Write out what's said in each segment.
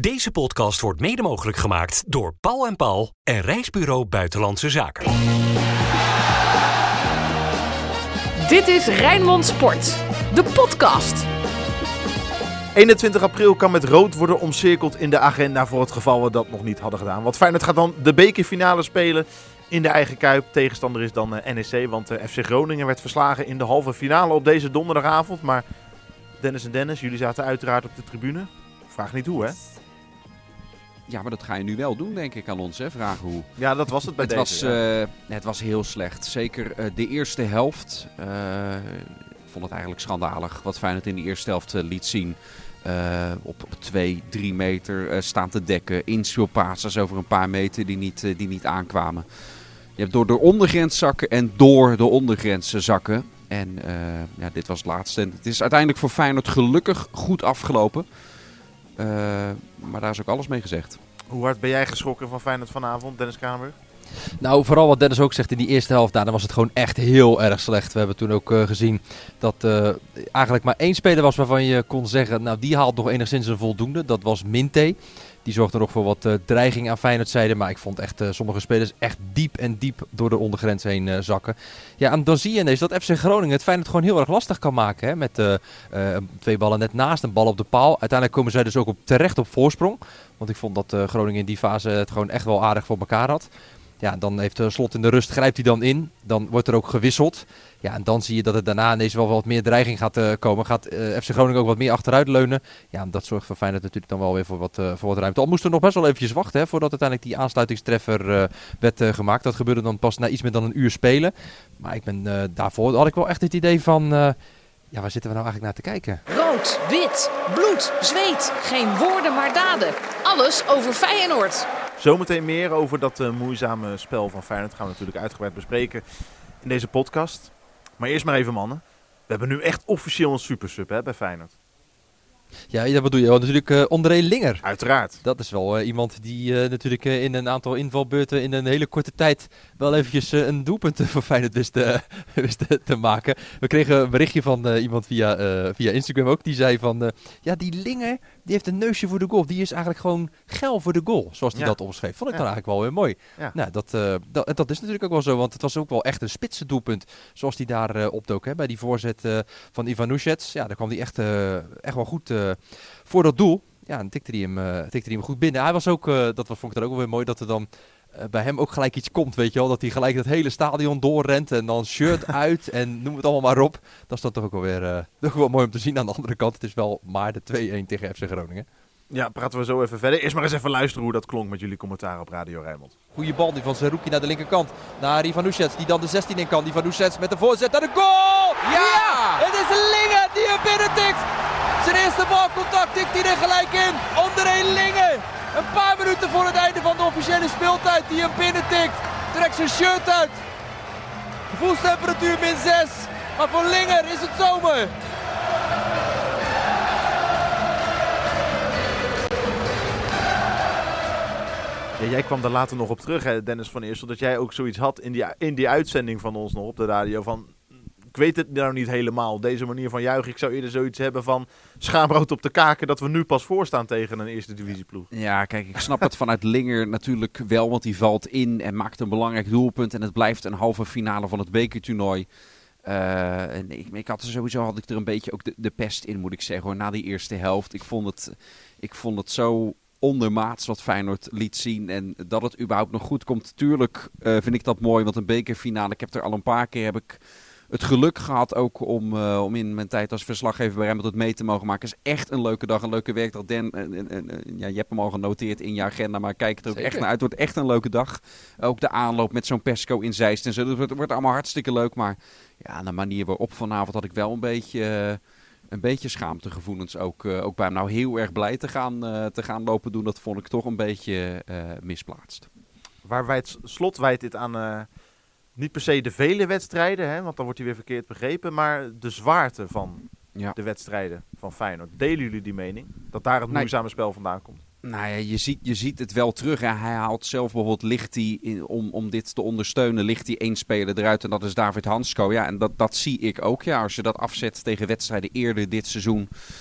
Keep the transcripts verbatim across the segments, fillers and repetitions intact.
Deze podcast wordt mede mogelijk gemaakt door Paul en Paul en Reisbureau Buitenlandse Zaken. Dit is Rijnmond Sport, de podcast. eenentwintig april kan met rood worden omcirkeld in de agenda voor het geval we dat nog niet hadden gedaan. Want Feyenoord gaat dan de bekerfinale spelen in de eigen Kuip. Tegenstander is dan uh, N E C, want uh, F C Groningen werd verslagen in de halve finale op deze donderdagavond. Maar Dennis en Dennis, jullie zaten uiteraard op de tribune. Vraag niet hoe, hè? Ja, maar dat ga je nu wel doen, denk ik, aan ons, hè? Vragen hoe. Ja, dat was het bij het deze. Was, ja. uh, het was heel slecht. Zeker uh, de eerste helft. Uh, ik vond het eigenlijk schandalig wat Feyenoord in de eerste helft uh, liet zien. Uh, op, op twee, drie meter uh, staan te dekken. Inspeelpasses over een paar meter die niet, uh, die niet aankwamen. Je hebt door de ondergrens zakken en door de ondergrens zakken. En uh, ja, dit was het laatste. En het is uiteindelijk voor Feyenoord gelukkig goed afgelopen. Uh, maar daar is ook alles mee gezegd. Hoe hard ben jij geschrokken van Feyenoord vanavond, Dennis Kranenburg? Nou, vooral wat Dennis ook zegt in die eerste helft, nou, dan was het gewoon echt heel erg slecht. We hebben toen ook uh, gezien dat uh, eigenlijk maar één speler was waarvan je kon zeggen, nou die haalt nog enigszins een voldoende. Dat was Minte. Die zorgde nog voor wat uh, dreiging aan Feyenoordzijde. Maar ik vond echt uh, sommige spelers echt diep en diep door de ondergrens heen uh, zakken. Ja, en dan zie je ineens dat F C Groningen het Feyenoord gewoon heel erg lastig kan maken. Hè? Met uh, uh, twee ballen net naast, een bal op de paal. Uiteindelijk komen zij dus ook op, terecht op voorsprong. Want ik vond dat uh, Groningen in die fase het gewoon echt wel aardig voor elkaar had. Ja, dan heeft uh, Slot in de rust, grijpt hij dan in. Dan wordt er ook gewisseld. Ja, en dan zie je dat het daarna ineens wel wat meer dreiging gaat uh, komen. Gaat uh, F C Groningen ook wat meer achteruit leunen. Ja, en dat zorgt voor Feyenoord natuurlijk dan wel weer voor wat, uh, voor wat ruimte. Al moesten we nog best wel eventjes wachten, hè, voordat uiteindelijk die aansluitingstreffer uh, werd uh, gemaakt. Dat gebeurde dan pas na iets meer dan een uur spelen. Maar ik ben uh, daarvoor had ik wel echt het idee van, uh, ja, waar zitten we nou eigenlijk naar te kijken? Rood, wit, bloed, zweet. Geen woorden maar daden. Alles over Feyenoord. Zometeen meer over dat uh, moeizame spel van Feyenoord. Gaan we natuurlijk uitgebreid bespreken in deze podcast. Maar eerst maar even, mannen. We hebben nu echt officieel een supersub, hè, bij Feyenoord. Ja, dat bedoel je wel. Natuurlijk uh, André Linger. Uiteraard. Dat is wel uh, iemand die uh, natuurlijk uh, in een aantal invalbeurten in een hele korte tijd wel eventjes uh, een doelpunt voor Feyenoord wist, uh, wist uh, te maken. We kregen een berichtje van uh, iemand via, uh, via Instagram ook. Die zei van, uh, ja, die Linger, die heeft een neusje voor de goal. Die is eigenlijk gewoon geil voor de goal, zoals hij ja. dat omschreef. Vond ik ja. dan eigenlijk wel weer mooi. Ja. Nou, dat, uh, dat, dat is natuurlijk ook wel zo, want het was ook wel echt een spitse doelpunt. Zoals hij daar uh, opdook, hè, bij die voorzet uh, van Ivanovic. Ja, daar kwam hij echt, uh, echt wel goed uh, voor dat doel. Ja, dan tikte hij hem, uh, tikte hij hem goed binnen. Hij was ook, uh, dat vond ik dan ook wel weer mooi, dat er dan uh, bij hem ook gelijk iets komt, weet je wel. Dat hij gelijk het hele stadion doorrent en dan shirt uit en noem het allemaal maar op. Dat is dan toch ook wel weer uh, toch wel mooi om te zien aan de andere kant. Het is wel maar de twee-een tegen F C Groningen. Ja, praten we zo even verder. Eerst maar eens even luisteren hoe dat klonk met jullie commentaar op Radio Rijnmond. Goeie bal nu van Zerouki naar de linkerkant. Naar Ivanovic die dan de zestien in kan. Ivanovic met de voorzet naar de goal! Ja! ja! Het is Linger die hem binnentikt! Zijn eerste balcontact tikt hij er gelijk in. André Linger. Een paar minuten voor het einde van de officiële speeltijd die hem binnentikt. Trekt zijn shirt uit. Gevoelstemperatuur min zes. Maar voor Linger is het zomer. Ja, jij kwam daar later nog op terug, hè, Dennis van Eersel, dat jij ook zoiets had in die, in die uitzending van ons nog op de radio van, ik weet het nou niet helemaal, deze manier van juichen. Ik zou eerder zoiets hebben van schaamrood op de kaken dat we nu pas voorstaan tegen een eerste divisieploeg. Ja, kijk, ik snap het vanuit Linger natuurlijk wel, want die valt in en maakt een belangrijk doelpunt. En het blijft een halve finale van het bekertoernooi. Uh, en ik, ik had er sowieso had ik er een beetje ook de, de pest in, moet ik zeggen, hoor, na die eerste helft. Ik vond het, ik vond het zo ondermaats wat Feyenoord liet zien. En dat het überhaupt nog goed komt. Tuurlijk uh, vind ik dat mooi, want een bekerfinale, ik heb er al een paar keer heb ik het geluk gehad ook om, uh, om in mijn tijd als verslaggever bij Rijnmond het mee te mogen maken. Het is echt een leuke dag, een leuke werkdag. Dan, uh, uh, uh, ja, je hebt hem al genoteerd in je agenda, maar kijk er ook Zeker. echt naar uit. Het wordt echt een leuke dag. Ook de aanloop met zo'n Pesco in Zeist en zo. Het wordt, wordt allemaal hartstikke leuk, maar ja, de manier waarop vanavond had ik wel een beetje... Uh, Een beetje schaamtegevoelens ook, uh, ook bij hem. Nou, heel erg blij te gaan, uh, te gaan lopen doen, dat vond ik toch een beetje uh, misplaatst. Waar wijt Slot wijt dit aan uh, niet per se de vele wedstrijden, hè, want dan wordt hij weer verkeerd begrepen, maar de zwaarte van ja. de wedstrijden van Feyenoord. Delen jullie die mening? Dat daar het nee. moeizame spel vandaan komt? Nou ja, je ziet, je ziet het wel terug. Hè. Hij haalt zelf bijvoorbeeld, ligt hij in, om, om dit te ondersteunen, ligt hij één speler eruit en dat is David Hansko. Ja, en dat, dat zie ik ook. Ja, als je dat afzet tegen wedstrijden eerder dit seizoen,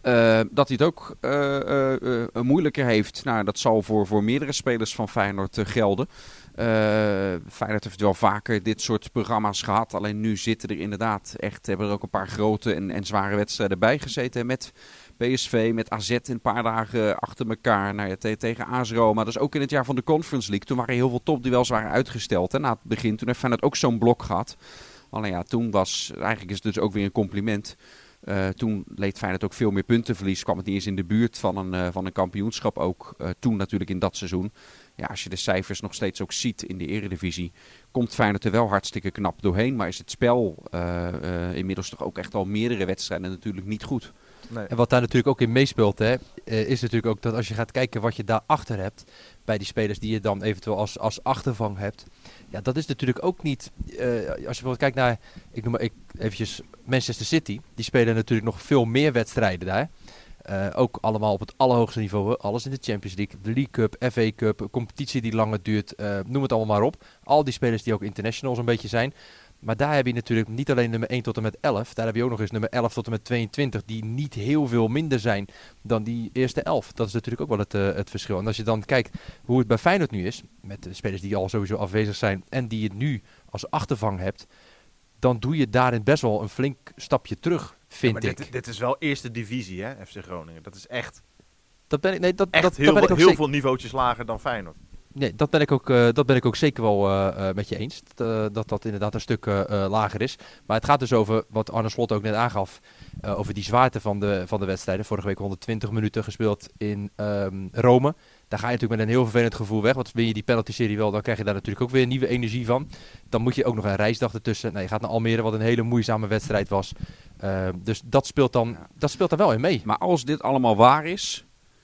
Uh, dat hij het ook uh, uh, uh, moeilijker heeft. Nou, dat zal voor, voor meerdere spelers van Feyenoord uh, gelden. Uh, Feyenoord heeft wel vaker dit soort programma's gehad. Alleen nu zitten er inderdaad echt, hebben er ook een paar grote en, en zware wedstrijden bij gezeten. Met P S V, met A Z een paar dagen achter elkaar. Nou ja, te, tegen A S Roma. Dat is ook in het jaar van de Conference League. Toen waren heel veel topduels waren uitgesteld. En na het begin, toen heeft Feyenoord ook zo'n blok gehad. Alleen ja, toen was, eigenlijk is het dus ook weer een compliment. Uh, toen leed Feyenoord ook veel meer puntenverlies. Kwam het niet eens in de buurt van een, uh, van een kampioenschap ook. Uh, toen natuurlijk in dat seizoen. Ja, als je de cijfers nog steeds ook ziet in de Eredivisie, komt Feyenoord er wel hartstikke knap doorheen. Maar is het spel uh, uh, inmiddels toch ook echt al meerdere wedstrijden natuurlijk niet goed. Nee. En wat daar natuurlijk ook in meespeelt, hè, uh, is natuurlijk ook dat als je gaat kijken wat je daarachter hebt, bij die spelers die je dan eventueel als, als achtervang hebt. Ja, dat is natuurlijk ook niet, uh, als je bijvoorbeeld kijkt naar, ik noem maar ik, eventjes Manchester City, die spelen natuurlijk nog veel meer wedstrijden daar. Uh, ook allemaal op het allerhoogste niveau. Alles in de Champions League, de League Cup, F A Cup, een competitie die langer duurt. Uh, noem het allemaal maar op. Al die spelers die ook internationals een beetje zijn. Maar daar heb je natuurlijk niet alleen nummer één tot en met elf. Daar heb je ook nog eens nummer elf tot en met tweeëntwintig. Die niet heel veel minder zijn dan die eerste elf. Dat is natuurlijk ook wel het, uh, het verschil. En als je dan kijkt hoe het bij Feyenoord nu is. Met de spelers die al sowieso afwezig zijn. En die je nu als achtervang hebt. Dan doe je daarin best wel een flink stapje terug, vind ja, ik. Dit, dit is wel eerste divisie, hè, F C Groningen. Dat is echt, dat ben ik, nee, dat, echt dat, heel, dat ben ik ook heel zeker, veel niveautjes lager dan Feyenoord. Nee, dat ben ik ook, uh, dat ben ik ook zeker wel uh, uh, met je eens. Uh, dat dat inderdaad een stuk uh, uh, lager is. Maar het gaat dus over, wat Arne Slot ook net aangaf, uh, over die zwaarte van de, van de wedstrijden. Vorige week honderdtwintig minuten gespeeld in um, Rome. Daar ga je natuurlijk met een heel vervelend gevoel weg. Want win je die penalty-serie wel, dan krijg je daar natuurlijk ook weer nieuwe energie van. Dan moet je ook nog een reisdag ertussen. Nou, je gaat naar Almere, wat een hele moeizame wedstrijd was. Uh, dus dat speelt, dan, dat speelt er wel in mee. Maar als dit allemaal waar is,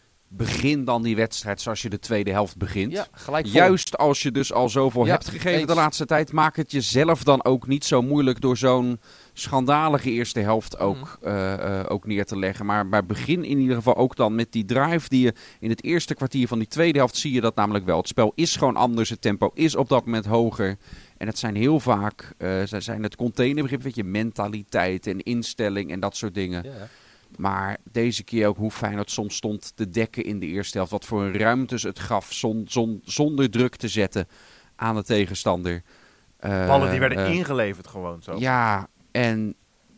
begin dan die wedstrijd zoals je de tweede helft begint. Ja, gelijk vol. Juist als je dus al zoveel ja, hebt gegeven eens. de laatste tijd, maak het jezelf dan ook niet zo moeilijk door zo'n schandalige eerste helft ook, mm. uh, uh, ook neer te leggen. Maar, maar begin in ieder geval ook dan met die drive die je in het eerste kwartier van die tweede helft zie je dat namelijk wel. Het spel is gewoon anders, het tempo is op dat moment hoger. En het zijn heel vaak, uh, zijn het containerbegrip, weet je, mentaliteit en instelling en dat soort dingen. Yeah. Maar deze keer ook hoe Feyenoord soms stond te dekken in de eerste helft. Wat voor een ruimtes het gaf zon, zon, zonder druk te zetten aan de tegenstander. Uh, Ballen die werden uh, ingeleverd gewoon zo. Ja, en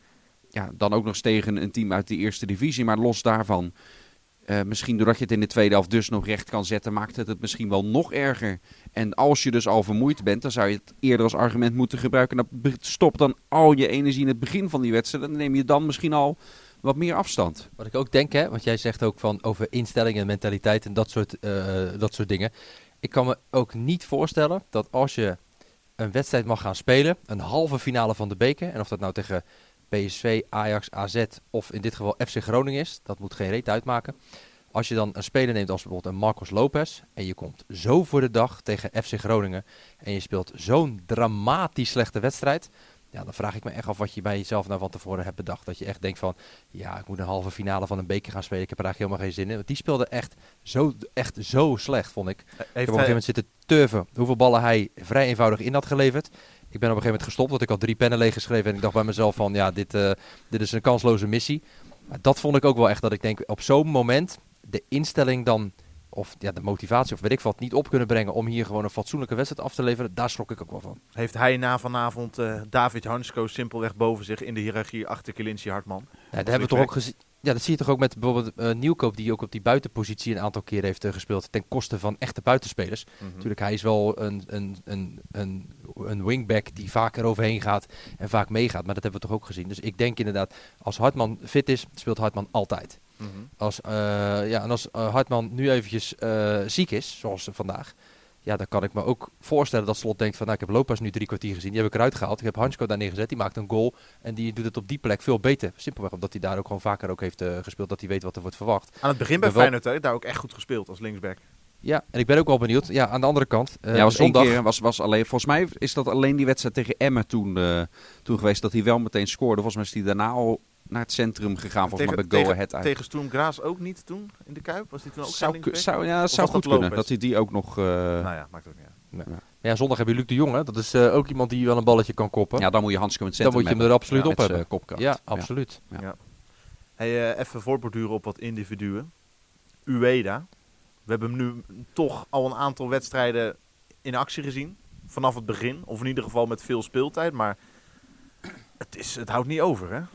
ja, dan ook nog eens tegen een team uit de eerste divisie. Maar los daarvan, uh, misschien doordat je het in de tweede helft dus nog recht kan zetten, maakt het het misschien wel nog erger. En als je dus al vermoeid bent, dan zou je het eerder als argument moeten gebruiken. Nou, stop dan al je energie in het begin van die wedstrijd. Dan neem je dan misschien al wat meer afstand. Wat ik ook denk, hè, want jij zegt ook van over instellingen en mentaliteit en dat soort, uh, dat soort dingen. Ik kan me ook niet voorstellen dat als je een wedstrijd mag gaan spelen, een halve finale van de beker, en of dat nou tegen P S V, Ajax, A Z of in dit geval F C Groningen is, dat moet geen reet uitmaken. Als je dan een speler neemt als bijvoorbeeld een Marcos Lopez en je komt zo voor de dag tegen F C Groningen en je speelt zo'n dramatisch slechte wedstrijd, ja, dan vraag ik me echt af wat je bij jezelf nou van tevoren hebt bedacht. Dat je echt denkt van, ja, ik moet een halve finale van een beker gaan spelen. Ik heb er eigenlijk helemaal geen zin in. Want die speelde echt zo, echt zo slecht, vond ik. Heeft ik heb op een gegeven moment zitten turven hoeveel ballen hij vrij eenvoudig in had geleverd. Ik ben op een gegeven moment gestopt, want ik had drie pennen leeggeschreven. En ik dacht bij mezelf van, ja, dit, uh, dit is een kansloze missie. Maar dat vond ik ook wel echt, dat ik denk, op zo'n moment de instelling dan, of ja, de motivatie of weet ik wat, niet op kunnen brengen om hier gewoon een fatsoenlijke wedstrijd af te leveren, daar schrok ik ook wel van. Heeft hij na vanavond uh, David Hansko simpelweg boven zich in de hiërarchie achter Kilinci Hartman? Ja, dat hebben we toch ook gezien. Ja, dat zie je toch ook met bijvoorbeeld uh, Nieuwkoop, die ook op die buitenpositie een aantal keer heeft uh, gespeeld, ten koste van echte buitenspelers. Mm-hmm. Natuurlijk, hij is wel een, een, een, een, een wingback die vaak er overheen gaat en vaak meegaat, maar dat hebben we toch ook gezien. Dus ik denk inderdaad, als Hartman fit is, speelt Hartman altijd. Mm-hmm. Als, uh, ja, en als uh, Hartman nu eventjes uh, ziek is, zoals vandaag, ja, dan kan ik me ook voorstellen dat Slot denkt van, nou, ik heb Lopez nu drie kwartier gezien, die heb ik eruit gehaald. Ik heb Hansko daar neergezet, die maakt een goal en die doet het op die plek veel beter. Simpelweg omdat hij daar ook gewoon vaker ook heeft uh, gespeeld, dat hij weet wat er wordt verwacht. Aan het begin bij Feyenoord, hè, daar ook echt goed gespeeld als linksback. Ja, en ik ben ook wel benieuwd. Ja, aan de andere kant. Uh, ja, was zondag één keer was, was alleen. Volgens mij is dat alleen die wedstrijd tegen Emmen toen, uh, toen geweest dat hij wel meteen scoorde. Volgens mij is hij daarna al naar het centrum gegaan, volgens tegen, mij bij Go tegen, Ahead uit. Tegen Sturm Graz ook niet toen in de Kuip? Was die toen ook zou, ku- zou, ja, zou goed kunnen dat hij die ook nog... Uh, nou ja, maakt ook niet uit. Ja. Ja. Ja, zondag heb je Luc de Jong, hè? Dat is uh, ook iemand die wel een balletje kan koppen. Ja, dan moet je Hansko in het centrum Dan moet je hem er absoluut ja, op hebben. Kopkracht. Ja, absoluut. Ja. Ja. Hey, uh, even voortborduren op wat individuen. Ueda. We hebben hem nu toch al een aantal wedstrijden in actie gezien. Vanaf het begin. Of in ieder geval met veel speeltijd. Maar het, is, het houdt niet over, hè?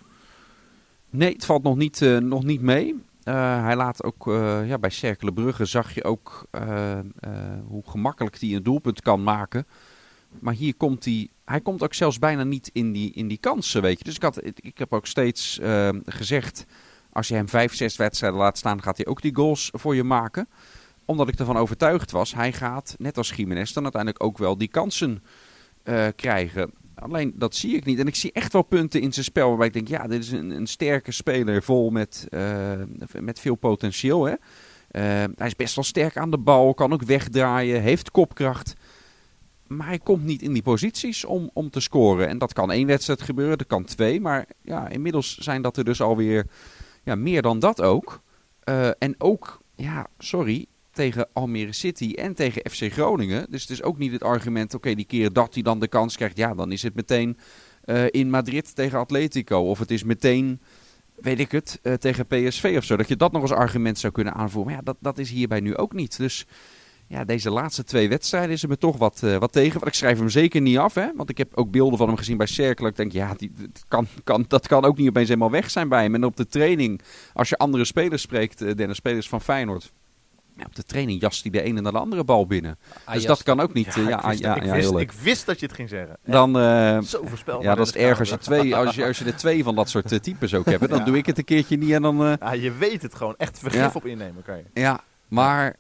Nee, het valt nog niet, uh, nog niet mee. Uh, hij laat ook, uh, ja, bij Cercle Brugge zag je ook uh, uh, hoe gemakkelijk hij een doelpunt kan maken. Maar hier komt hij, hij komt ook zelfs bijna niet in die, in die kansen, weet je. Dus ik, had, ik heb ook steeds uh, gezegd, als je hem vijf, zes wedstrijden laat staan, gaat hij ook die goals voor je maken. Omdat ik ervan overtuigd was, hij gaat, net als Gimenez, dan uiteindelijk ook wel die kansen uh, krijgen. Alleen, dat zie ik niet. En ik zie echt wel punten in zijn spel waarbij ik denk, ja, dit is een, een sterke speler vol met, uh, met veel potentieel. Hè? Uh, hij is best wel sterk aan de bal, kan ook wegdraaien, heeft kopkracht. Maar hij komt niet in die posities om, om te scoren. En dat kan één wedstrijd gebeuren, dat kan twee. Maar ja, inmiddels zijn dat er dus alweer ja, meer dan dat ook. Uh, en ook, ja, sorry, tegen Almere City en tegen F C Groningen. Dus het is ook niet het argument, oké, okay, die keer dat hij dan de kans krijgt, ja, dan is het meteen uh, in Madrid tegen Atletico. Of het is meteen, weet ik het, uh, tegen P S V of zo. Dat je dat nog als argument zou kunnen aanvoeren. Maar ja, dat, dat is hierbij nu ook niet. Dus ja, deze laatste twee wedstrijden is er me toch wat, uh, wat tegen. Want ik schrijf hem zeker niet af, hè. Want ik heb ook beelden van hem gezien bij Cercle. Ik denk, ja, die, dat, kan, kan, dat kan ook niet opeens helemaal weg zijn bij hem. En op de training, als je andere spelers spreekt, uh, Dennis, spelers van Feyenoord. Ja, op de training jast hij de ene naar de andere bal binnen. Ah, dus dat kan ook niet. Ja, ja, ik, wist, ja, ik, ja, wist, heel ik wist dat je het ging zeggen. Dan, uh, Zo voorspelbaar. Ja, dat is erg als je, twee, als, je, als je er twee van dat soort uh, types ook hebt. Dan ja. doe ik het een keertje niet en dan... Uh, ja, je weet het gewoon. Echt vergif ja. op innemen kan je. Ja, maar...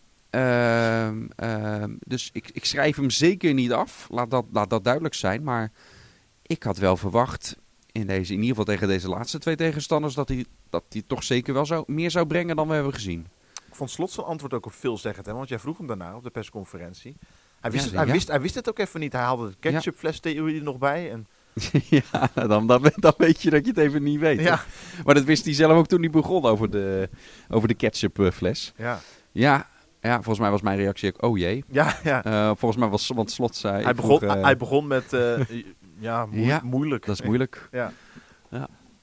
Uh, uh, dus ik, ik schrijf hem zeker niet af. Laat dat, laat dat duidelijk zijn. Maar ik had wel verwacht... In, deze, in ieder geval tegen deze laatste twee tegenstanders... dat hij, dat hij toch zeker wel zou, meer zou brengen dan we hebben gezien. Ik vond Slot zijn antwoord ook op veelzeggend. Hè? Want jij vroeg hem daarna op de persconferentie. Hij wist, ja, het, hij, ja. wist, hij wist het ook even niet. Hij haalde de ketchupfles-theorie er nog bij. En... ja, dan, dan, dan weet je dat je het even niet weet. Ja. Maar dat wist hij zelf ook toen hij begon over de, over de ketchupfles. Ja. Ja. Ja, volgens mij was mijn reactie ook, oh jee. Ja, ja. Uh, volgens mij was, want Slot zei... Hij, begon, vroeg, uh, hij begon met, uh, ja, moe- ja, moeilijk. Dat is moeilijk. Ja. Ja.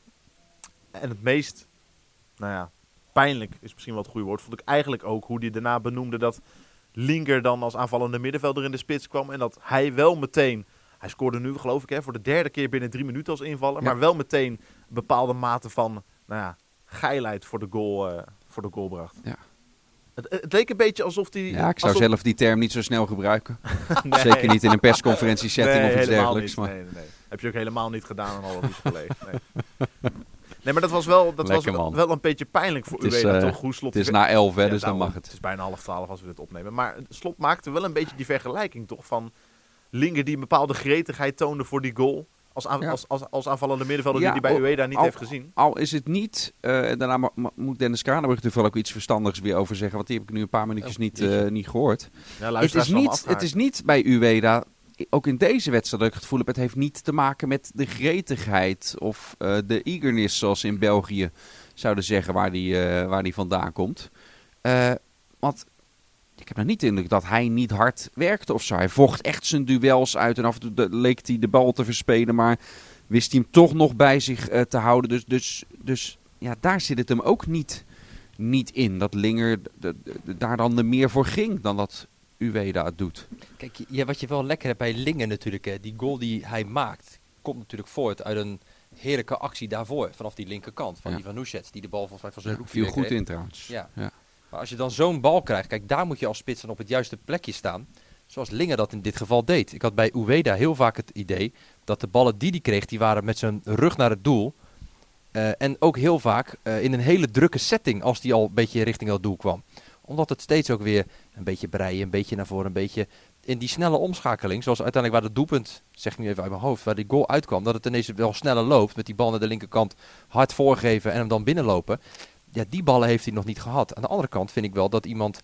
En het meest, nou ja, pijnlijk is misschien wel het goede woord. Vond ik eigenlijk ook hoe hij daarna benoemde dat Linker dan als aanvallende middenvelder in de spits kwam. En dat hij wel meteen, hij scoorde nu geloof ik hè, voor de derde keer binnen drie minuten als invaller. Ja. Maar wel meteen een bepaalde mate van, nou ja, geilheid voor de goal, uh, voor de goal bracht. Ja. Het, het leek een beetje alsof hij... Ja, ik zou alsof... zelf die term niet zo snel gebruiken. nee. Zeker niet in een persconferentie setting nee, of iets dergelijks. Niet. Maar... Nee, nee, nee. Heb je ook helemaal niet gedaan en al wat niet gelezen. Nee. nee, maar dat was wel, dat Lekker, was wel een beetje pijnlijk voor u. Uh, toch? Hoe Slot het is na elf, hè, ja, dus daarom, dan mag het. Het is bijna half twaalf als we dit opnemen. Maar Slot maakte wel een beetje die vergelijking toch van Linker die een bepaalde gretigheid toonde voor die goal. Als, aan, ja. als, als, als aanvallende middenvelder ja, die hij bij Ueda niet al, heeft gezien. Al is het niet, uh, en daarna ma- ma- moet Dennis Kranenburg toevallig ook iets verstandigs weer over zeggen. Want die heb ik nu een paar minuutjes oh, niet, uh, niet gehoord. Ja, het, is niet het is niet bij Ueda, ook in deze wedstrijd dat ik het gevoel heb, het heeft niet te maken met de gretigheid of uh, de eagerness zoals ze in België zouden zeggen waar die, uh, waar die vandaan komt. Uh, want... Ik heb nog niet de indruk dat hij niet hard werkte of zo. Hij vocht echt zijn duels uit en af en toe de, leek hij de bal te verspelen. Maar wist hij hem toch nog bij zich uh, te houden. Dus, dus, dus ja, daar zit het hem ook niet, niet in. Dat Linker de, de, de, daar dan de meer voor ging dan dat Ueda het doet. Kijk, ja, wat je wel lekker hebt bij Linker natuurlijk. Hè, die goal die hij maakt komt natuurlijk voort uit een heerlijke actie daarvoor. Vanaf die linkerkant van ja. Ivan Nušec. Die de bal volgens mij van zijn ja, hoek viel goed kreeg. in trouwens. Ja. ja. Maar als je dan zo'n bal krijgt, kijk, daar moet je als spits dan op het juiste plekje staan. Zoals Linker dat in dit geval deed. Ik had bij Ueda heel vaak het idee dat de ballen die hij kreeg, die waren met zijn rug naar het doel. Uh, en ook heel vaak uh, in een hele drukke setting als die al een beetje richting dat doel kwam. Omdat het steeds ook weer een beetje breien, een beetje naar voren, een beetje in die snelle omschakeling. Zoals uiteindelijk waar het doelpunt, zeg ik nu even uit mijn hoofd, waar die goal uitkwam. Dat het ineens wel sneller loopt met die bal naar de linkerkant hard voorgeven en hem dan binnenlopen. Ja, die ballen heeft hij nog niet gehad. Aan de andere kant vind ik wel dat iemand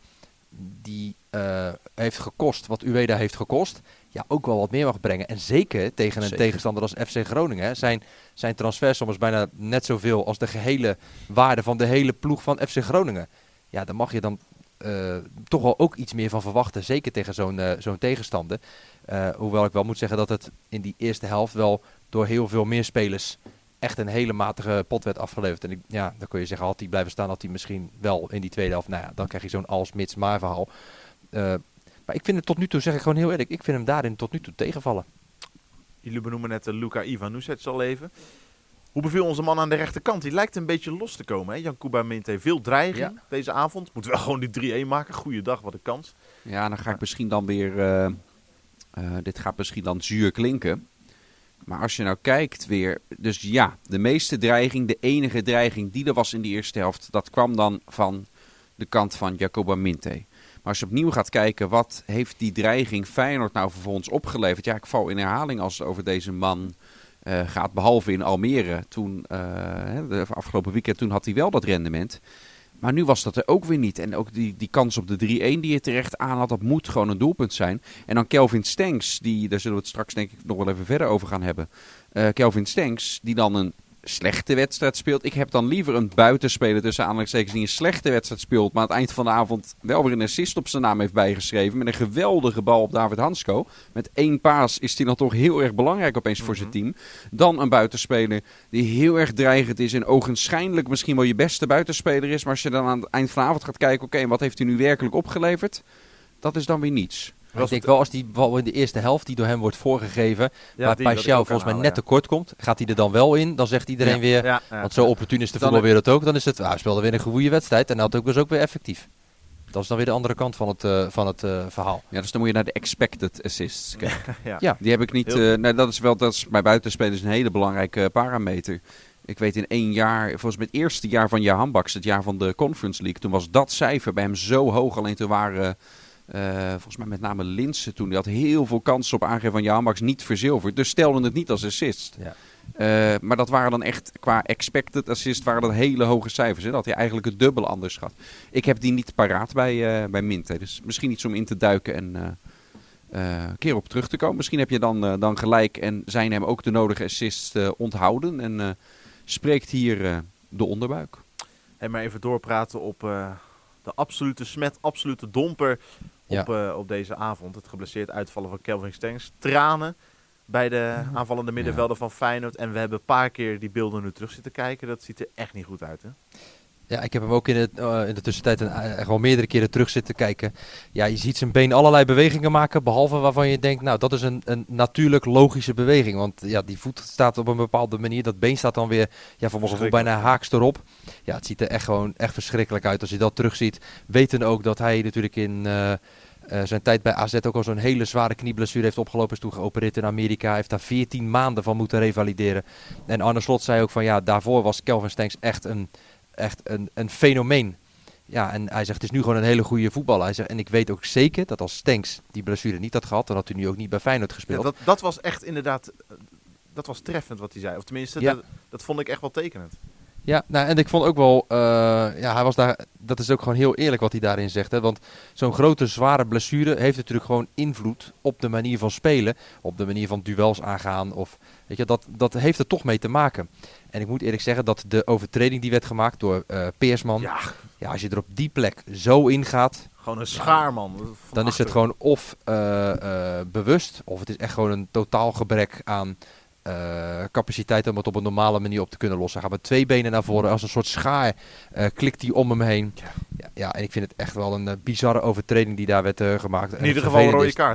die uh, heeft gekost wat Ueda heeft gekost, ja, ook wel wat meer mag brengen. En zeker tegen een zeker. tegenstander als F C Groningen. Hè. Zijn, zijn transfersom is bijna net zoveel als de gehele waarde van de hele ploeg van F C Groningen. Ja, daar mag je dan uh, toch wel ook iets meer van verwachten. Zeker tegen zo'n, uh, zo'n tegenstander. Uh, hoewel ik wel moet zeggen dat het in die eerste helft wel door heel veel meer spelers echt een hele matige potwedstrijd afgeleverd. En ik, ja, dan kun je zeggen, had hij blijven staan, had hij misschien wel in die tweede helft. Nou ja, dan krijg je zo'n als-mits-maar verhaal. Uh, maar ik vind het tot nu toe, zeg ik gewoon heel eerlijk, ik vind hem daarin tot nu toe tegenvallen. Jullie benoemen net uh, Luka Ivanusec al even. Hoe beviel onze man aan de rechterkant? Die lijkt een beetje los te komen. Hè? Yankuba Minteh, veel dreiging ja. deze avond. Moet wel gewoon die drie-een maken. Goeiedag, wat een kans. Ja, dan ga ik misschien dan weer... Uh, uh, dit gaat misschien dan zuur klinken. Maar als je nou kijkt weer... Dus ja, de meeste dreiging, de enige dreiging die er was in de eerste helft... dat kwam dan van de kant van Yankuba Minteh. Maar als je opnieuw gaat kijken, wat heeft die dreiging Feyenoord nou vervolgens opgeleverd? Ja, ik val in herhaling als het over deze man uh, gaat. Behalve in Almere, toen, uh, de afgelopen weekend, toen had hij wel dat rendement. Maar nu was dat er ook weer niet. En ook die, die kans op de drie-een die je terecht aan had, dat moet gewoon een doelpunt zijn. En dan Kelvin Stenks, die, daar zullen we het straks denk ik nog wel even verder over gaan hebben. Uh, Kelvin Stenks, die dan een slechte wedstrijd speelt. Ik heb dan liever een buitenspeler tussen aanhalingstekens die een slechte wedstrijd speelt, maar aan het eind van de avond wel weer een assist op zijn naam heeft bijgeschreven. Met een geweldige bal op David Hansko. Met één paas is hij dan toch heel erg belangrijk opeens mm-hmm. voor zijn team. Dan een buitenspeler die heel erg dreigend is en ogenschijnlijk misschien wel je beste buitenspeler is. Maar als je dan aan het eind van de avond gaat kijken, oké, okay, wat heeft hij nu werkelijk opgeleverd? Dat is dan weer niets. Ik denk wel, als die bal in de eerste helft die door hem wordt voorgegeven, ja, waar Paixão volgens mij net ja. tekort komt, gaat hij er dan wel in, dan zegt iedereen ja. weer, ja, ja, want zo opportun is de voetbalwereld ook, dan is het, ah, hij speelde weer een goede wedstrijd en dat ook was ook weer effectief. Dat is dan weer de andere kant van het, uh, van het uh, verhaal. Ja, dus dan moet je naar de expected assists kijken. ja. ja, die heb ik niet, uh, nee, dat is wel, dat is bij buitenspelers een hele belangrijke uh, parameter. Ik weet in één jaar, volgens mij het eerste jaar van Jahan Baks, het jaar van de Conference League, toen was dat cijfer bij hem zo hoog, alleen toen waren... Uh, Uh, volgens mij met name Linse toen. Die had heel veel kansen op aangeven van Jan Max niet verzilverd. Dus stelde het niet als assist. Ja. Uh, maar dat waren dan echt, qua expected assist, waren dat hele hoge cijfers. Hè? Dat hij eigenlijk het dubbele anders had. Ik heb die niet paraat bij, uh, bij Minteh. Dus misschien iets om in te duiken en uh, uh, een keer op terug te komen. Misschien heb je dan, uh, dan gelijk en zijn hem ook de nodige assists uh, onthouden. En uh, spreekt hier uh, de onderbuik. En maar even doorpraten op uh, de absolute smet, absolute domper. Op, ja. uh, op deze avond. Het geblesseerd uitvallen van Kelvin Stenks. Tranen bij de aanvallende middenvelder ja. van Feyenoord. En we hebben een paar keer die beelden nu terug zitten kijken. Dat ziet er echt niet goed uit, hè? Ja, ik heb hem ook in, het, uh, in de tussentijd een, uh, gewoon meerdere keren terug zitten kijken. Ja, je ziet zijn been allerlei bewegingen maken. Behalve waarvan je denkt, nou, dat is een, een natuurlijk logische beweging. Want ja, die voet staat op een bepaalde manier. Dat been staat dan weer, ja, voor mijn gevoel bijna haaks erop. Ja, het ziet er echt gewoon echt verschrikkelijk uit als je dat terugziet. Weten ook dat hij natuurlijk in... Uh, Uh, zijn tijd bij A Z ook al zo'n hele zware knieblessure heeft opgelopen. Is toen geopereerd in Amerika. Hij heeft daar veertien maanden van moeten revalideren. En Arne Slot zei ook van ja, daarvoor was Kelvin Stenks echt een, echt een, een fenomeen. Ja, en hij zegt het is nu gewoon een hele goede voetballer. Hij zegt, en ik weet ook zeker dat als Stenks die blessure niet had gehad, dan had hij nu ook niet bij Feyenoord gespeeld. Ja, dat, dat was echt inderdaad, dat was treffend wat hij zei. Of tenminste, ja. dat, dat vond ik echt wel tekenend. Ja, nou, en ik vond ook wel, uh, ja, hij was daar, dat is ook gewoon heel eerlijk wat hij daarin zegt. Hè? Want zo'n grote, zware blessure heeft natuurlijk gewoon invloed op de manier van spelen. Op de manier van duels aangaan. Of, weet je, dat, dat heeft er toch mee te maken. En ik moet eerlijk zeggen dat de overtreding die werd gemaakt door uh, Peersman. Ja. ja, als je er op die plek zo ingaat. Gewoon een schaar, man. Dan achter. Is het gewoon of uh, uh, bewust, of het is echt gewoon een totaal gebrek aan... Uh, capaciteit om het op een normale manier op te kunnen lossen. Hij gaat met twee benen naar voren. Als een soort schaar uh, klikt hij om hem heen. Ja. Ja, ja, en ik vind het echt wel een uh, bizarre overtreding die daar werd uh, gemaakt. In ieder geval een rode kaart.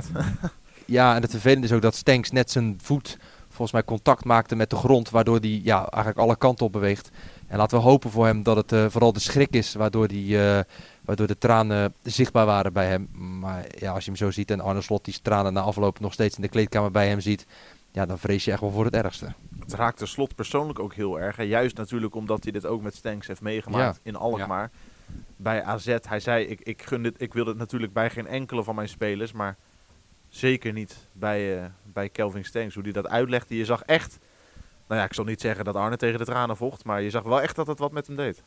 Ja, en het vervelende is ook dat Stenks net zijn voet volgens mij contact maakte met de grond. Waardoor hij ja, eigenlijk alle kanten op beweegt. En laten we hopen voor hem dat het uh, vooral de schrik is. Waardoor, die, uh, waardoor de tranen zichtbaar waren bij hem. Maar ja, als je hem zo ziet en Arne Slot die tranen na afloop nog steeds in de kleedkamer bij hem ziet. Ja, dan vrees je echt wel voor het ergste. Het raakte Slot persoonlijk ook heel erg. Hè? Juist natuurlijk omdat hij dit ook met Stenks heeft meegemaakt ja. in Alkmaar. Ja. Bij A Z. Hij zei, ik, ik, gun dit, ik wil dit natuurlijk bij geen enkele van mijn spelers. Maar zeker niet bij, uh, bij Kelvin Stenks. Hoe hij dat uitlegde. Je zag echt... Nou ja, ik zal niet zeggen dat Arne tegen de tranen vocht. Maar je zag wel echt dat het wat met hem deed.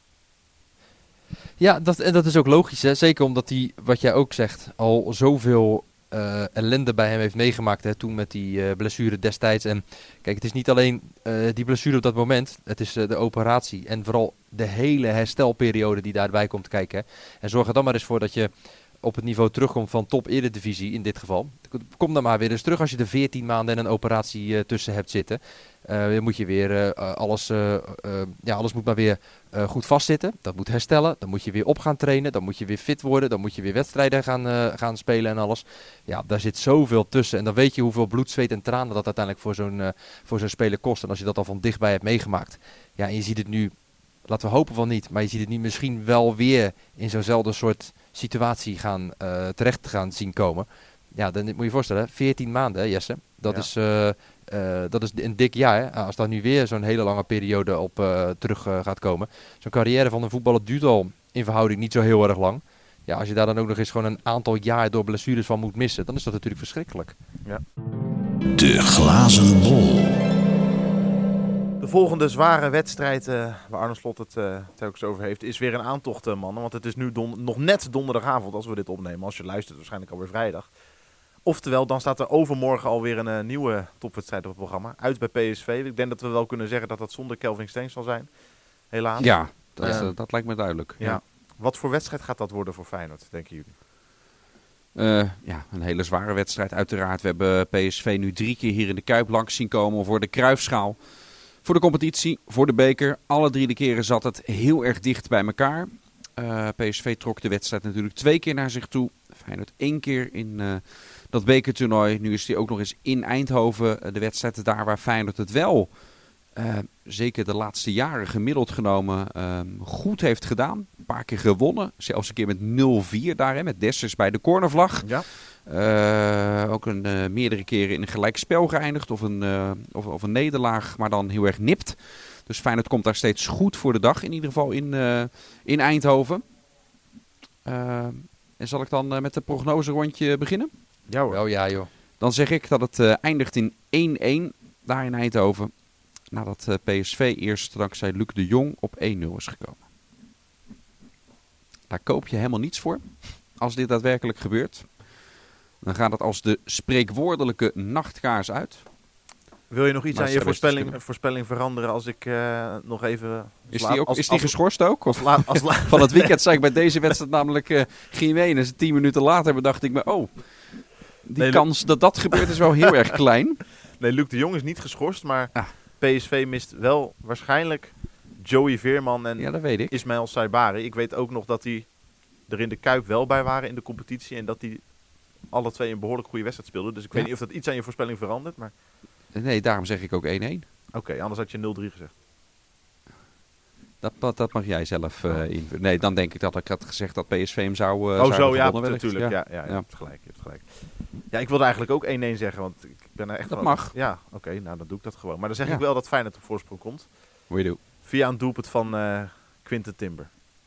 Ja, dat, en dat is ook logisch. Hè? Zeker omdat hij, wat jij ook zegt, al zoveel... Uh, ellende bij hem heeft meegemaakt hè, toen met die uh, blessure destijds. En kijk, het is niet alleen uh, die blessure op dat moment, het is uh, de operatie en vooral de hele herstelperiode die daarbij komt kijken. Hè. En zorg er dan maar eens voor dat je op het niveau terugkomt van top Eredivisie in dit geval. Kom dan maar weer eens terug als je er veertien maanden en een operatie uh, tussen hebt zitten. Uh, dan moet je weer uh, alles, uh, uh, ja, alles moet maar weer uh, goed vastzitten. Dat moet herstellen. Dan moet je weer op gaan trainen. Dan moet je weer fit worden. Dan moet je weer wedstrijden gaan, uh, gaan spelen en alles. Ja, daar zit zoveel tussen. En dan weet je hoeveel bloed, zweet en tranen dat uiteindelijk voor zo'n, uh, voor zo'n speler kost. En als je dat al van dichtbij hebt meegemaakt. Ja, en je ziet het nu, laten we hopen van niet, maar je ziet het nu misschien wel weer in zo'nzelfde soort situatie gaan, uh, terecht gaan zien komen. Ja, dan moet je je voorstellen, veertien maanden, Jesse. Dat, ja. is, uh, uh, dat is een dik jaar. Hè? Als daar nu weer zo'n hele lange periode op uh, terug uh, gaat komen. Zo'n carrière van een voetballer duurt al in verhouding niet zo heel erg lang. Ja, als je daar dan ook nog eens gewoon een aantal jaar door blessures van moet missen, dan is dat natuurlijk verschrikkelijk. Ja. De glazen bol. De volgende zware wedstrijd uh, waar Arne Slot het uh, telkens over heeft, is weer een aantocht, uh, mannen. Want het is nu don- nog net donderdagavond als we dit opnemen. Als je luistert, waarschijnlijk alweer vrijdag. Oftewel, dan staat er overmorgen alweer een uh, nieuwe topwedstrijd op het programma. Uit bij P S V. Ik denk dat we wel kunnen zeggen dat dat zonder Kelvin Stengs zal zijn. Helaas. Ja, dat, uh, uh, dat lijkt me duidelijk. Ja. Ja. Wat voor wedstrijd gaat dat worden voor Feyenoord, denken jullie? Uh, ja, een hele zware wedstrijd uiteraard. We hebben P S V nu drie keer hier in de Kuip langs zien komen voor de Cruijffschaal. Voor de competitie, voor de beker. Alle drie de keren zat het heel erg dicht bij elkaar. Uh, P S V trok de wedstrijd natuurlijk twee keer naar zich toe. Feyenoord één keer in uh, dat bekertoernooi. Nu is die ook nog eens in Eindhoven. Uh, de wedstrijd daar waar Feyenoord het wel, uh, zeker de laatste jaren gemiddeld genomen, uh, goed heeft gedaan. Een paar keer gewonnen. Zelfs een keer met nul vier daar, hè, met Dessers bij de cornervlag. Ja. Uh, ook een, uh, meerdere keren in een gelijkspel geëindigd of een, uh, of, of een nederlaag, maar dan heel erg nipt. Dus Feyenoord komt daar steeds goed voor de dag, in ieder geval in, uh, in Eindhoven. Uh, en zal ik dan uh, met de prognose rondje beginnen? Ja hoor. Oh, ja, joh. Dan zeg ik dat het uh, eindigt in één-één daar in Eindhoven. Nadat uh, P S V eerst dankzij Luc de Jong op één nul is gekomen. Daar koop je helemaal niets voor als dit daadwerkelijk gebeurt. Dan gaat het als de spreekwoordelijke nachtkaars uit. Wil je nog iets maar aan je voorspelling, voorspelling veranderen als ik uh, nog even... Is die, ook, als, is die als, geschorst ook? Of? Als la, als la, Van het weekend zei ik bij deze wedstrijd namelijk uh, Jiménez. Tien minuten later bedacht ik me, oh, die nee, kans dat dat gebeurt is wel heel erg klein. Nee, Luc de Jong is niet geschorst, maar ah. P S V mist wel waarschijnlijk Joey Veerman en ja, dat weet ik. Ismaël Saibari. Ik weet ook nog dat die er in de Kuip wel bij waren in de competitie en dat die alle twee een behoorlijk goede wedstrijd speelden. Dus ik ja. weet niet of dat iets aan je voorspelling verandert, maar... Nee, daarom zeg ik ook één-één. Oké, okay, anders had je nul drie gezegd. Dat, dat, dat mag jij zelf uh, invullen. Nee, dan denk ik dat ik had gezegd dat P S V hem zou uh, Oh zou zo, ja, natuurlijk. Ja, ja, ja, je ja. hebt gelijk, je hebt gelijk. Ja, ik wilde eigenlijk ook één-één zeggen, want ik ben er echt... Dat wel... mag. Ja, oké, okay, nou dan doe ik dat gewoon. Maar dan zeg ja. ik wel dat Feyenoord op voorsprong komt. Hoe je doet. Via een doelpunt van uh, Quinten Timber.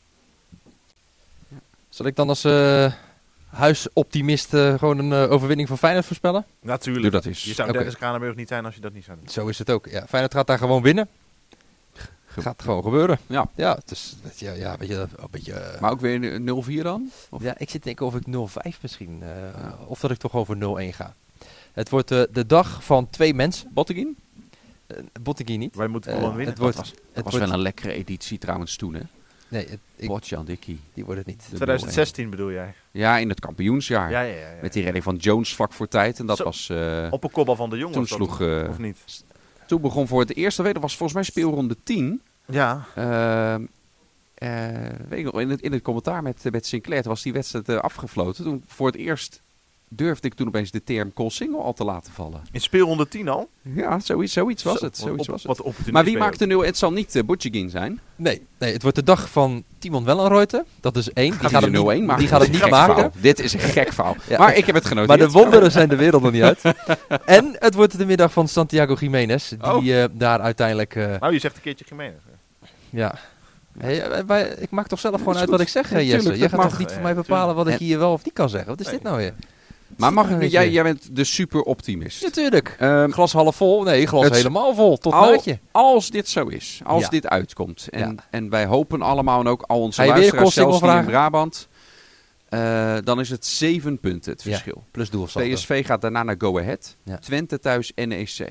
Ja. Zal ik dan als... Uh... huisoptimist uh, gewoon een uh, overwinning voor Feyenoord voorspellen? Natuurlijk. Doe dat eens. Je zou okay. Dennis Kranenburg niet zijn als je dat niet zou doen. Zo is het ook. Ja, Feyenoord gaat daar gewoon winnen. Ge- gaat gewoon gebeuren. Ja. Ja, dus, ja, ja weet je, een beetje... Uh, maar ook weer nul vier dan? Of? Ja, ik zit te denken of ik nul vijf misschien... Uh, ja. Of dat ik toch over nul één ga. Het wordt uh, de dag van twee mensen. Botteguin? Uh, Botteguin niet. Wij moeten gewoon uh, winnen. Het wordt, was, het het was wordt wel een lekkere editie trouwens toen, hè? Nee, het, ik, Botjan Dikkie. Die wordt het niet. twintig zestien bedoel jij? Ja, in het kampioensjaar. Ja, ja, ja, ja. Met die redding van Jones vlak voor tijd. En dat Zo, was... Uh, op een kopbal van de jongens. Toen sloeg... Uh, of niet? Toen begon voor het eerst... Dat was volgens mij speelronde tien. Ja. Uh, uh, weet ik nog, in het, in het commentaar met, met Sinclair was die wedstrijd uh, afgefloten. Toen voor het eerst durfde ik toen opeens de term Koolsingel al te laten vallen. In speelronde tien al? Ja, zoiets, zoiets was Zo, het. Zoiets op, was het. Maar wie maakt de nul? Het zal niet uh, Butchegin zijn. Nee, nee, het wordt de dag van Timon Wellenreuter. Dat is één. Die gaat, gaat het nul één maken. Die gaat het niet maken. Verhaal. Dit is een gek verhaal. Ja, maar ik heb het genoteerd. Maar de wonderen zijn de wereld nog niet uit. En het wordt de middag van Santiago Jiménez. Die oh. uh, daar uiteindelijk... Uh, nou, je zegt een keertje Jiménez. Ja. Hey, wij, ik maak toch zelf gewoon uit wat ik zeg, ja, Jesse. Tuurlijk, jij gaat mag. toch niet voor ja, mij bepalen tuurlijk. wat ik hier wel of niet kan zeggen? Wat is nee. dit nou weer? Maar mag ik niet? Jij, jij bent de super optimist. Natuurlijk. Um, glas half vol? Nee, glas helemaal vol. Tot al, naadje. Als dit zo is. Als ja. dit uitkomt. En, ja. en wij hopen allemaal en ook al onze luisteraars zelfs die in Brabant. Uh, dan is het zeven punten het verschil. Ja, plus doelsaldo. P S V gaat daarna naar Go Ahead. Ja. Twente thuis N E C.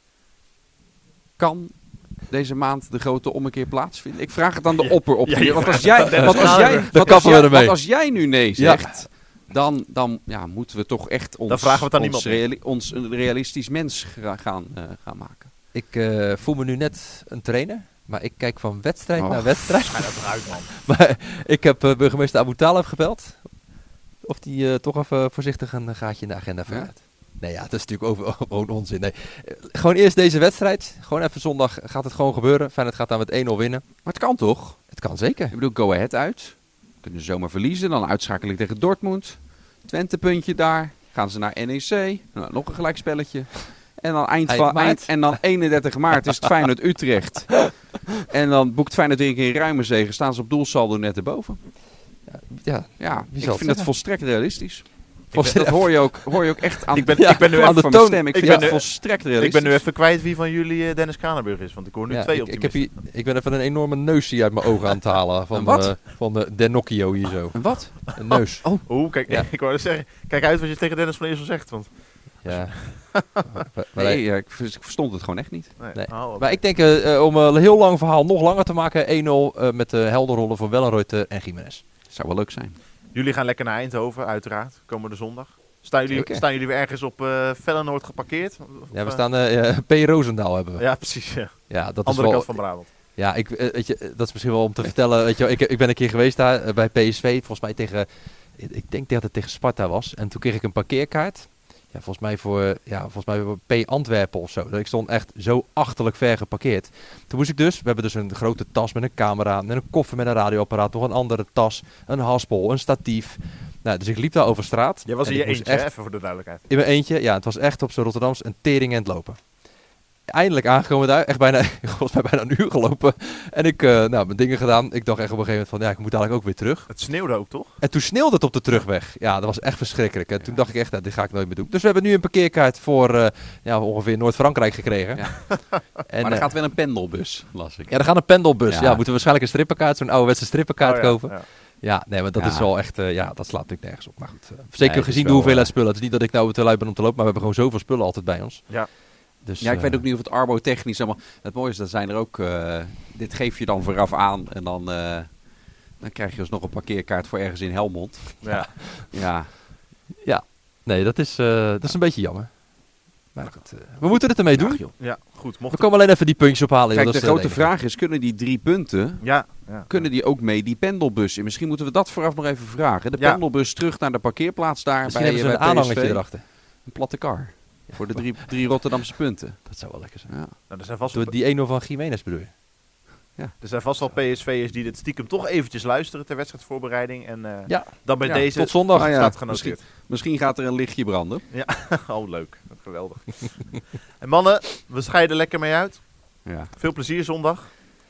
Kan deze maand de grote ommekeer plaatsvinden? Ik vraag het aan de ja. opperoptimist. Ja, want als jij, want als jij, want als jij, want als jij nu nee zegt... Ja. dan, dan ja, moeten we toch echt ons, Dan vragen we het aan ons, niemand reali- ons een realistisch mens gra- gaan, uh, gaan maken. Ik uh, voel me nu net een trainer. Maar ik kijk van wedstrijd Oh. naar wedstrijd. Ga dat eruit, man. Maar ik heb uh, burgemeester Abu Taleb gebeld. Of die uh, toch even voorzichtig een gaatje in de agenda verlaat. Ja? Nee, ja, dat is natuurlijk over, gewoon onzin. Nee. Uh, gewoon eerst deze wedstrijd. Gewoon even zondag gaat het gewoon gebeuren. Feyenoord gaat daar met één nul winnen. Maar het kan toch? Het kan zeker. Ik bedoel, go ahead uit. Kunnen ze zomaar verliezen. Dan uitschakeling tegen Dortmund. Twente puntje daar. Gaan ze naar N E C. Nou, nog een gelijkspelletje. En dan, eind van, eind, en dan eenendertig maart is het Feyenoord Utrecht. En dan boekt Feyenoord weer een keer een ruime zege. Staan ze op doelsaldo net erboven. Ja, ja, ja ik het vind het volstrekt realistisch. Ben, dat hoor je, ook, hoor je ook echt aan, ik ben, ja, ik ben nu aan even de van toon. mijn stem. Ik, Ik vind ben het nu, volstrekt realistisch. Ik ben nu even kwijt wie van jullie uh, Dennis Kranenburg is. Want ik hoor nu ja, twee ik, optimisten. ik, heb hier, ik ben even een enorme neus hier uit mijn ogen aan het halen. Van, wat? Uh, van de Denocchio hier zo. Een wat? Een neus. Oh, oh kijk, ja. ik wou dus zeggen. Kijk uit wat je tegen Dennis van Eersel zegt. Want... Ja. maar, maar nee, ja, ik verstond het gewoon echt niet. Nee. Nee. Oh, okay. Maar ik denk, uh, om een heel lang verhaal nog langer te maken, één nul uh, met de helderrollen voor Wellenreuter en Gimenez. Zou wel leuk zijn. Jullie gaan lekker naar Eindhoven, uiteraard, komende zondag. Staan jullie, staan jullie weer ergens op uh, Vellenoord geparkeerd? Of, ja, we staan uh, uh, P. Roosendaal hebben we. Ja, precies. Ja. Ja, dat Andere is wel, kant van Brabant. Ja, ik, uh, weet je, dat is misschien wel om te vertellen. Weet je, ik, ik ben een keer geweest daar uh, bij P S V, volgens mij tegen, ik denk dat het tegen Sparta was. En toen kreeg ik een parkeerkaart. Ja, volgens mij voor, ja, volgens mij voor P. Antwerpen of zo. Ik stond echt zo achterlijk ver geparkeerd. Toen moest ik dus, we hebben dus een grote tas met een camera, en een koffer met een radioapparaat, nog een andere tas, een haspel, een statief. Nou, dus ik liep daar over straat. Jij was in je eentje, echt, even voor de duidelijkheid. In mijn eentje, ja. Het was echt op z'n Rotterdams een tering aan het lopen. Eindelijk aangekomen daar, echt bijna, volgens mij bijna een uur gelopen. En ik, uh, nou, mijn dingen gedaan. Ik dacht echt op een gegeven moment van, ja, ik moet eigenlijk ook weer terug. Het sneeuwde ook, toch? En toen sneeuwde het op de terugweg. Ja, dat was echt verschrikkelijk. En ja. Toen dacht ik echt, nou, dit ga ik nooit meer doen. Dus we hebben nu een parkeerkaart voor uh, ja, ongeveer Noord-Frankrijk gekregen. Ja. En, maar er uh, gaat wel een pendelbus, las ik. Ja, er gaat een pendelbus. Ja, ja moeten we waarschijnlijk een strippenkaart, zo'n ouderwetse strippenkaart oh, ja, kopen. Ja. Ja, nee, maar dat ja. is wel echt, uh, ja, dat slaat natuurlijk nergens op. Maar goed, uh, zeker nee, gezien de hoeveelheid uh, spullen. Het is niet dat ik nou te lui ben om te lopen, maar we hebben gewoon zoveel spullen altijd bij ons. Ja. Dus, ja, ik uh, weet ook niet of het arbotechnisch allemaal... Het mooie is, dat zijn er ook... Uh, dit geef je dan vooraf aan en dan, uh, dan krijg je alsnog een parkeerkaart voor ergens in Helmond. Ja. Ja. Ja. Nee, dat is, uh, dat is een beetje jammer. Maar goed, uh, we moeten het ermee doen. Ja, ja goed. Mocht we komen alleen even die puntjes ophalen. Kijk, joh, de dat grote is, vraag is, kunnen die drie punten... Ja. Ja. Kunnen die ook mee die pendelbus? En misschien moeten we dat vooraf nog even vragen. De ja. pendelbus terug naar de parkeerplaats daar. Misschien bij, hebben ze bij een P S V. aanhangertje erachter. Een platte kar. Ja. Voor de drie, drie Rotterdamse punten. Dat zou wel lekker zijn. Ja. Nou, er zijn vast Door die één nul van Jiménez bedoel je? Ja. Er zijn vast wel P S V'ers die dit stiekem toch eventjes luisteren ter wedstrijdvoorbereiding. En uh, ja. dan bij ja, deze tot zondag ah, ja. staat genoteerd. Misschien, misschien gaat er een lichtje branden. Ja, oh leuk. Geweldig. En mannen, we scheiden lekker mee uit. Ja. Veel plezier zondag.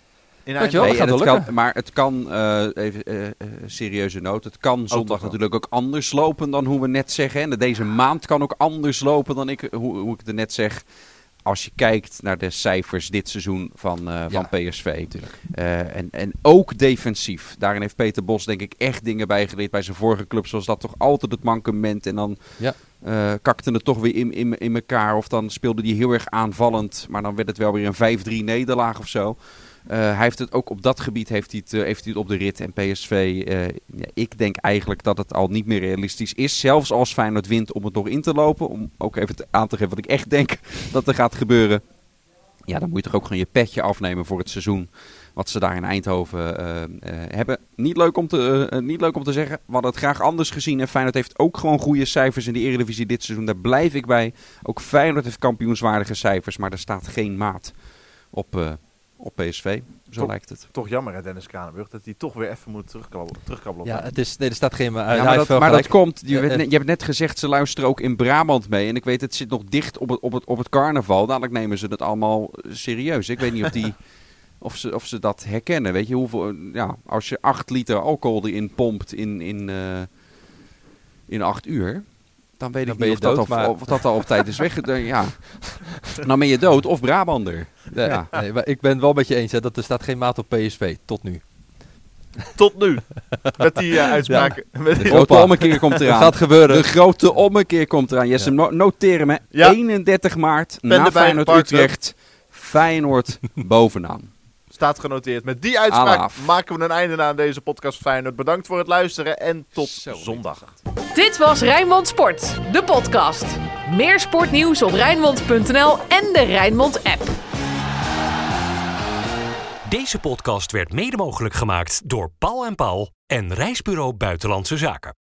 In Dankjewel, nee, gaat het kan, maar het kan, uh, even uh, uh, serieuze noot, het kan zondag oh, natuurlijk ook anders lopen dan hoe we net zeggen. En deze maand kan ook anders lopen dan ik, hoe, hoe ik het net zeg. Als je kijkt naar de cijfers dit seizoen van, uh, van ja, P S V. Uh, en, en ook defensief. Daarin heeft Peter Bos denk ik echt dingen bijgeleerd bij zijn vorige club. Zoals dat toch altijd het mankement. En dan ja. uh, kakte het toch weer in, in, in elkaar. Of dan speelde hij heel erg aanvallend. Maar dan werd het wel weer een vijf drie nederlaag of zo. Uh, hij heeft het ook op dat gebied heeft hij het, uh, heeft hij het op de rit. En P S V, uh, ja, ik denk eigenlijk dat het al niet meer realistisch is. Zelfs als Feyenoord wint om het nog in te lopen. Om ook even te, aan te geven wat ik echt denk dat er gaat gebeuren. Ja, dan moet je toch ook gewoon je petje afnemen voor het seizoen. Wat ze daar in Eindhoven uh, uh, hebben. Niet leuk, om te, uh, niet leuk om te zeggen. We hadden het graag anders gezien. En Feyenoord heeft ook gewoon goede cijfers in de Eredivisie dit seizoen. Daar blijf ik bij. Ook Feyenoord heeft kampioenswaardige cijfers. Maar er staat geen maat op... Uh, Op P S V, zo toch, lijkt het. Toch jammer, hè, Dennis Kranenburg, dat hij toch weer even moet terugkrabbelen. terugkrabbelen ja, het is, nee, er staat geen... Uh, ja, maar dat, maar dat komt, je, uh, net, je hebt net gezegd, ze luisteren ook in Brabant mee. En ik weet, het zit nog dicht op het, op het, op het carnaval. Dadelijk nemen ze het allemaal serieus. Ik weet niet of, die, of, ze, of ze dat herkennen. Weet je, hoeveel, ja, als je acht liter alcohol erin pompt in, in, uh, in acht uur... Dan weet dan ik niet of, dood, dat al, of dat al op tijd is weg. Ja. Dan ben je dood of Brabander. Nee, ja. nee, maar ik ben het wel met je eens. Hè, dat er staat geen maat op P S V. Tot nu. Tot nu. Met die uh, uitspraken. Ja. De grote ommekeer komt eraan. Gaat gebeuren. De grote ommekeer komt eraan. Jesse, ja. noteer me. Ja. eenendertig maart. Pen na Feyenoord Utrecht. Feyenoord bovenaan. Staat genoteerd. Met die uitspraak Alaaf. maken we een einde aan deze podcast Feyenoord. Bedankt voor het luisteren en tot Zo, zondag. Dit was Rijnmond Sport, de podcast. Meer sportnieuws op Rijnmond punt n l en de Rijnmond app. Deze podcast werd mede mogelijk gemaakt door Paul en Paul en Reisbureau Buitenlandse Zaken.